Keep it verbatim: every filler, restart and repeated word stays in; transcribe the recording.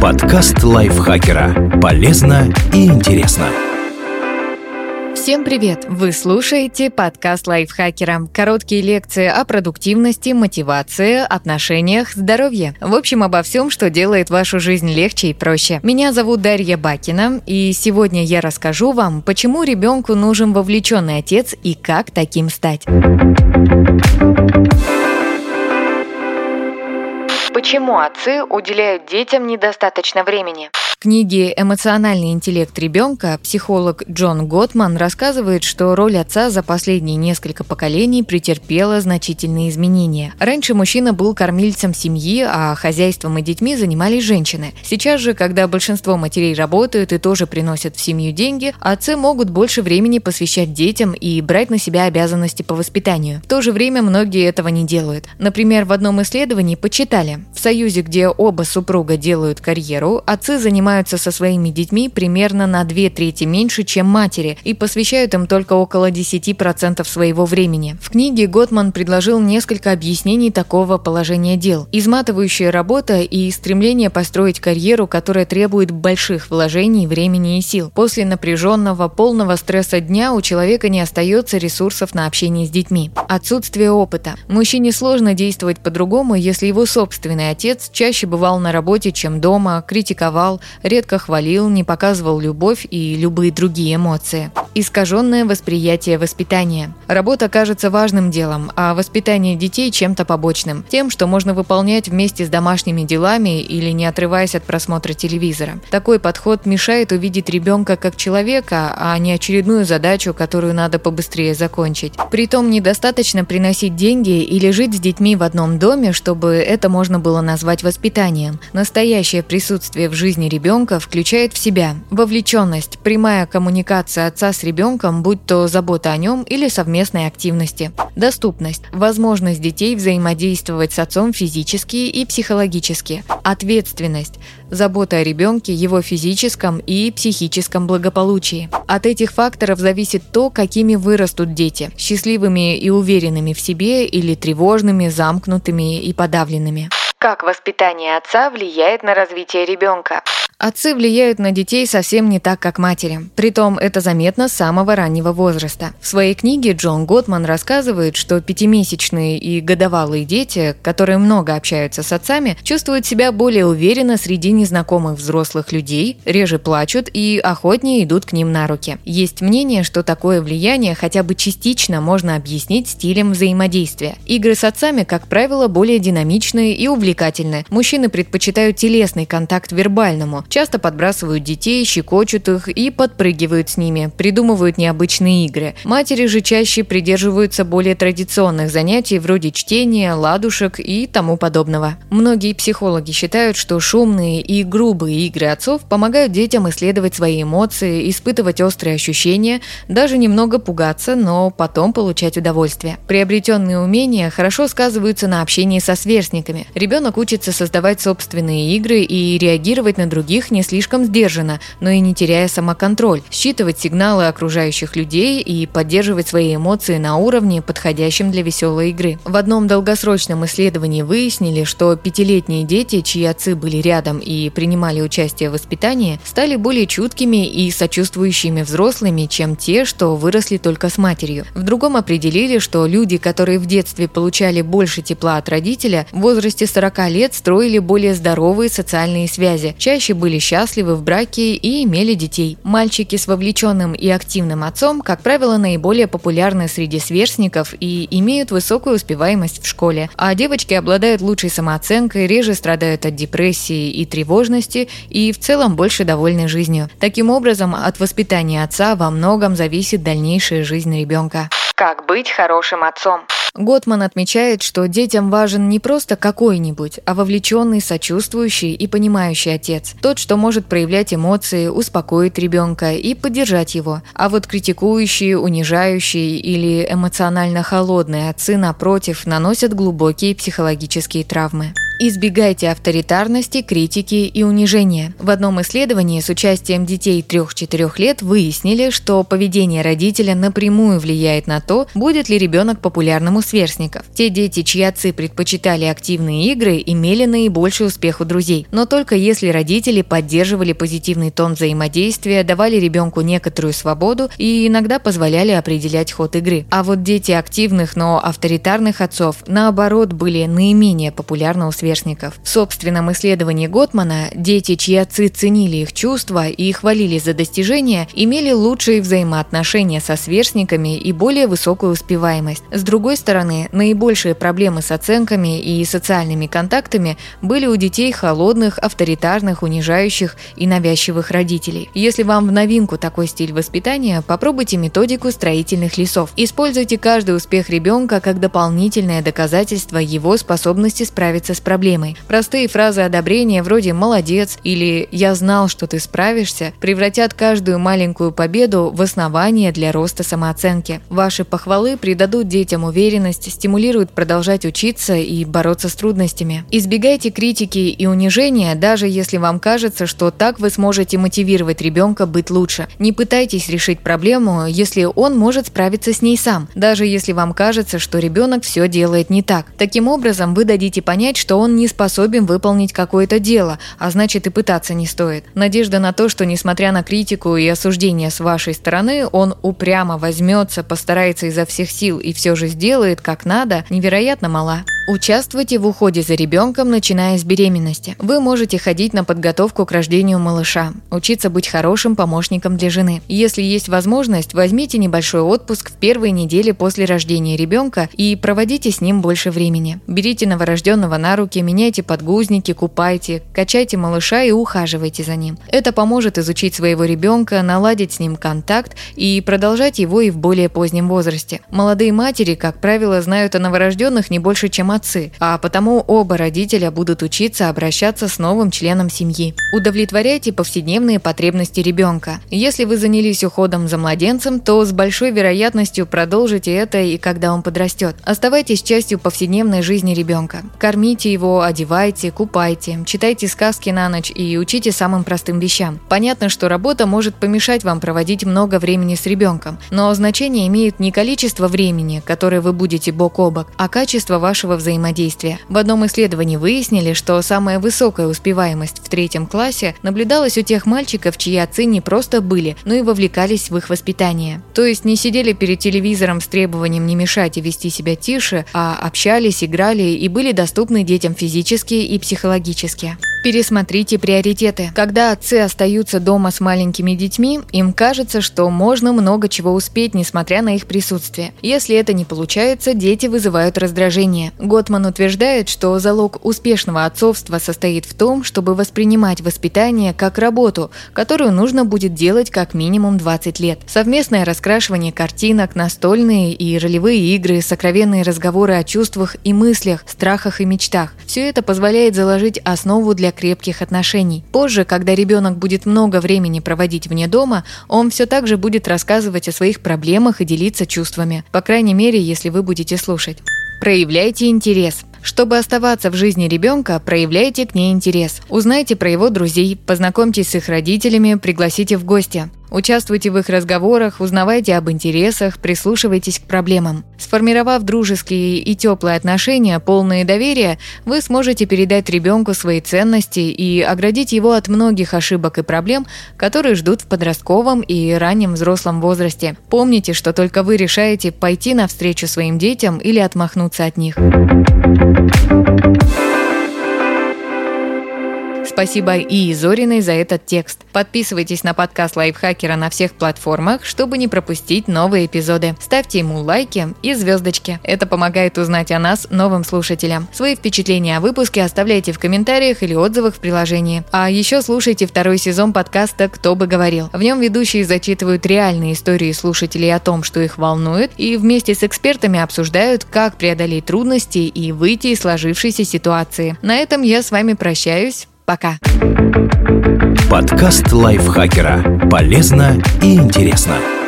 Подкаст лайфхакера. Полезно и интересно. Всем привет! Вы слушаете подкаст лайфхакера. Короткие лекции о продуктивности, мотивации, отношениях, здоровье. В общем, обо всем, что делает вашу жизнь легче и проще. Меня зовут Дарья Бакина, и сегодня я расскажу вам, почему ребенку нужен вовлеченный отец и как таким стать. Почему отцы уделяют детям недостаточно времени? В книге «Эмоциональный интеллект ребенка» психолог Джон Готман рассказывает, что роль отца за последние несколько поколений претерпела значительные изменения. Раньше мужчина был кормильцем семьи, а хозяйством и детьми занимались женщины. Сейчас же, когда большинство матерей работают и тоже приносят в семью деньги, отцы могут больше времени посвящать детям и брать на себя обязанности по воспитанию. В то же время многие этого не делают. Например, в одном исследовании подсчитали, в союзе, где оба супруга делают карьеру, отцы занимаются со своими детьми примерно на две трети меньше, чем матери, и посвящают им только около десять процентов своего времени. В книге Готман предложил несколько объяснений такого положения дел. Изматывающая работа и стремление построить карьеру, которая требует больших вложений времени и сил. После напряженного, полного стресса дня у человека не остается ресурсов на общение с детьми. Отсутствие опыта. Мужчине сложно действовать по-другому, если его собственный отец чаще бывал на работе, чем дома, критиковал, редко хвалил, не показывал любовь и любые другие эмоции. Искаженное восприятие воспитания. Работа кажется важным делом, а воспитание детей чем-то побочным, тем, что можно выполнять вместе с домашними делами или не отрываясь от просмотра телевизора. Такой подход мешает увидеть ребенка как человека, а не очередную задачу, которую надо побыстрее закончить. Притом недостаточно приносить деньги или жить с детьми в одном доме, чтобы это можно было назвать воспитанием. Настоящее присутствие в жизни ребенка включает в себя вовлеченность, прямая коммуникация отца с ребенком, будь то забота о нем или совместные активности. Доступность, возможность детей взаимодействовать с отцом физически и психологически. Ответственность, забота о ребенке, его физическом и психическом благополучии. От этих факторов зависит то, какими вырастут дети – счастливыми и уверенными в себе или тревожными, замкнутыми и подавленными. Как воспитание отца влияет на развитие ребенка? Отцы влияют на детей совсем не так, как матери. Притом это заметно с самого раннего возраста. В своей книге Джон Готман рассказывает, что пятимесячные и годовалые дети, которые много общаются с отцами, чувствуют себя более уверенно среди незнакомых взрослых людей, реже плачут и охотнее идут к ним на руки. Есть мнение, что такое влияние хотя бы частично можно объяснить стилем взаимодействия. Игры с отцами, как правило, более динамичные и увлекательные. Мужчины предпочитают телесный контакт вербальному, часто подбрасывают детей, щекочут их и подпрыгивают с ними, придумывают необычные игры. Матери же чаще придерживаются более традиционных занятий вроде чтения, ладушек и тому подобного. Многие психологи считают, что шумные и грубые игры отцов помогают детям исследовать свои эмоции, испытывать острые ощущения, даже немного пугаться, но потом получать удовольствие. Приобретенные умения хорошо сказываются на общении со сверстниками. Ребенок учится создавать собственные игры и реагировать на других не слишком сдержанно, но и не теряя самоконтроль, считывать сигналы окружающих людей и поддерживать свои эмоции на уровне, подходящем для веселой игры. В одном долгосрочном исследовании выяснили, что пятилетние дети, чьи отцы были рядом и принимали участие в воспитании, стали более чуткими и сочувствующими взрослыми, чем те, что выросли только с матерью. В другом определили, что люди, которые в детстве получали больше тепла от родителя, в возрасте сорока лет строили более здоровые социальные связи, чаще были счастливы в браке и имели детей. Мальчики с вовлеченным и активным отцом, как правило, наиболее популярны среди сверстников и имеют высокую успеваемость в школе, а девочки обладают лучшей самооценкой, реже страдают от депрессии и тревожности и в целом больше довольны жизнью. Таким образом, от воспитания отца во многом зависит дальнейшая жизнь ребенка. Как быть хорошим отцом? Готман отмечает, что детям важен не просто какой-нибудь, а вовлеченный, сочувствующий и понимающий отец. Тот, что может проявлять эмоции, успокоить ребенка и поддержать его. А вот критикующие, унижающие или эмоционально холодные отцы, напротив, наносят глубокие психологические травмы. Избегайте авторитарности, критики и унижения. В одном исследовании с участием детей трёх-четырёх лет выяснили, что поведение родителя напрямую влияет на то, будет ли ребенок популярным у сверстников. Те дети, чьи отцы предпочитали активные игры, имели наибольший успех у друзей. Но только если родители поддерживали позитивный тон взаимодействия, давали ребенку некоторую свободу и иногда позволяли определять ход игры. А вот дети активных, но авторитарных отцов, наоборот, были наименее популярны у сверстников. В собственном исследовании Готмана дети, чьи отцы ценили их чувства и хвалили за достижения, имели лучшие взаимоотношения со сверстниками и более высокую успеваемость. С другой стороны, наибольшие проблемы с оценками и социальными контактами были у детей холодных, авторитарных, унижающих и навязчивых родителей. Если вам в новинку такой стиль воспитания, попробуйте методику строительных лесов. Используйте каждый успех ребенка как дополнительное доказательство его способности справиться с проблемой. Простые фразы одобрения вроде «молодец» или «я знал, что ты справишься» превратят каждую маленькую победу в основание для роста самооценки. Ваши похвалы придадут детям уверенность, стимулируют продолжать учиться и бороться с трудностями. Избегайте критики и унижения, даже если вам кажется, что так вы сможете мотивировать ребенка быть лучше. Не пытайтесь решить проблему, если он может справиться с ней сам, даже если вам кажется, что ребенок все делает не так. Таким образом, вы дадите понять, что он не способен выполнить какое-то дело, а значит и пытаться не стоит. Надежда на то, что несмотря на критику и осуждение с вашей стороны, он упрямо возьмется, постарается изо всех сил и все же сделает как надо, невероятно мала. Участвуйте в уходе за ребенком, начиная с беременности. Вы можете ходить на подготовку к рождению малыша, учиться быть хорошим помощником для жены. Если есть возможность, возьмите небольшой отпуск в первые недели после рождения ребенка и проводите с ним больше времени. Берите новорожденного на руки, меняйте подгузники, купайте, качайте малыша и ухаживайте за ним. Это поможет изучить своего ребенка, наладить с ним контакт и продолжать его и в более позднем возрасте. Молодые матери, как правило, знают о новорожденных не больше, чем отцы, а потому оба родителя будут учиться обращаться с новым членом семьи. Удовлетворяйте повседневные потребности ребенка. Если вы занялись уходом за младенцем, то с большой вероятностью продолжите это и когда он подрастет. Оставайтесь частью повседневной жизни ребенка. Кормите его, одевайте, купайте, читайте сказки на ночь и учите самым простым вещам. Понятно, что работа может помешать вам проводить много времени с ребенком, но значение имеет не количество времени, которое вы будете бок о бок, а качество вашего взаимодействия. В одном исследовании выяснили, что самая высокая успеваемость в третьем классе наблюдалась у тех мальчиков, чьи отцы не просто были, но и вовлекались в их воспитание. То есть не сидели перед телевизором с требованием не мешать и вести себя тише, а общались, играли и были доступны детям физически и психологически. Пересмотрите приоритеты. Когда отцы остаются дома с маленькими детьми, им кажется, что можно много чего успеть, несмотря на их присутствие. Если это не получается, дети вызывают раздражение. Готман утверждает, что залог успешного отцовства состоит в том, чтобы воспринимать воспитание как работу, которую нужно будет делать как минимум двадцать лет. Совместное раскрашивание картинок, настольные и ролевые игры, сокровенные разговоры о чувствах и мыслях, страхах и мечтах. Все это позволяет заложить основу для крепких отношений. Позже, когда ребенок будет много времени проводить вне дома, он все так же будет рассказывать о своих проблемах и делиться чувствами. По крайней мере, если вы будете слушать. Проявляйте интерес. Чтобы оставаться в жизни ребенка, проявляйте к ней интерес. Узнайте про его друзей, познакомьтесь с их родителями, пригласите в гости. Участвуйте в их разговорах, узнавайте об интересах, прислушивайтесь к проблемам. Сформировав дружеские и теплые отношения, полные доверия, вы сможете передать ребенку свои ценности и оградить его от многих ошибок и проблем, которые ждут в подростковом и раннем взрослом возрасте. Помните, что только вы решаете пойти навстречу своим детям или отмахнуться от них. Спасибо Ии Зориной за этот текст. Подписывайтесь на подкаст Лайфхакера на всех платформах, чтобы не пропустить новые эпизоды. Ставьте ему лайки и звездочки. Это помогает узнать о нас новым слушателям. Свои впечатления о выпуске оставляйте в комментариях или отзывах в приложении. А еще слушайте второй сезон подкаста «Кто бы говорил». В нем ведущие зачитывают реальные истории слушателей о том, что их волнует, и вместе с экспертами обсуждают, как преодолеть трудности и выйти из сложившейся ситуации. На этом я с вами прощаюсь. Пока. Подкаст Лайфхакера. Полезно и интересно.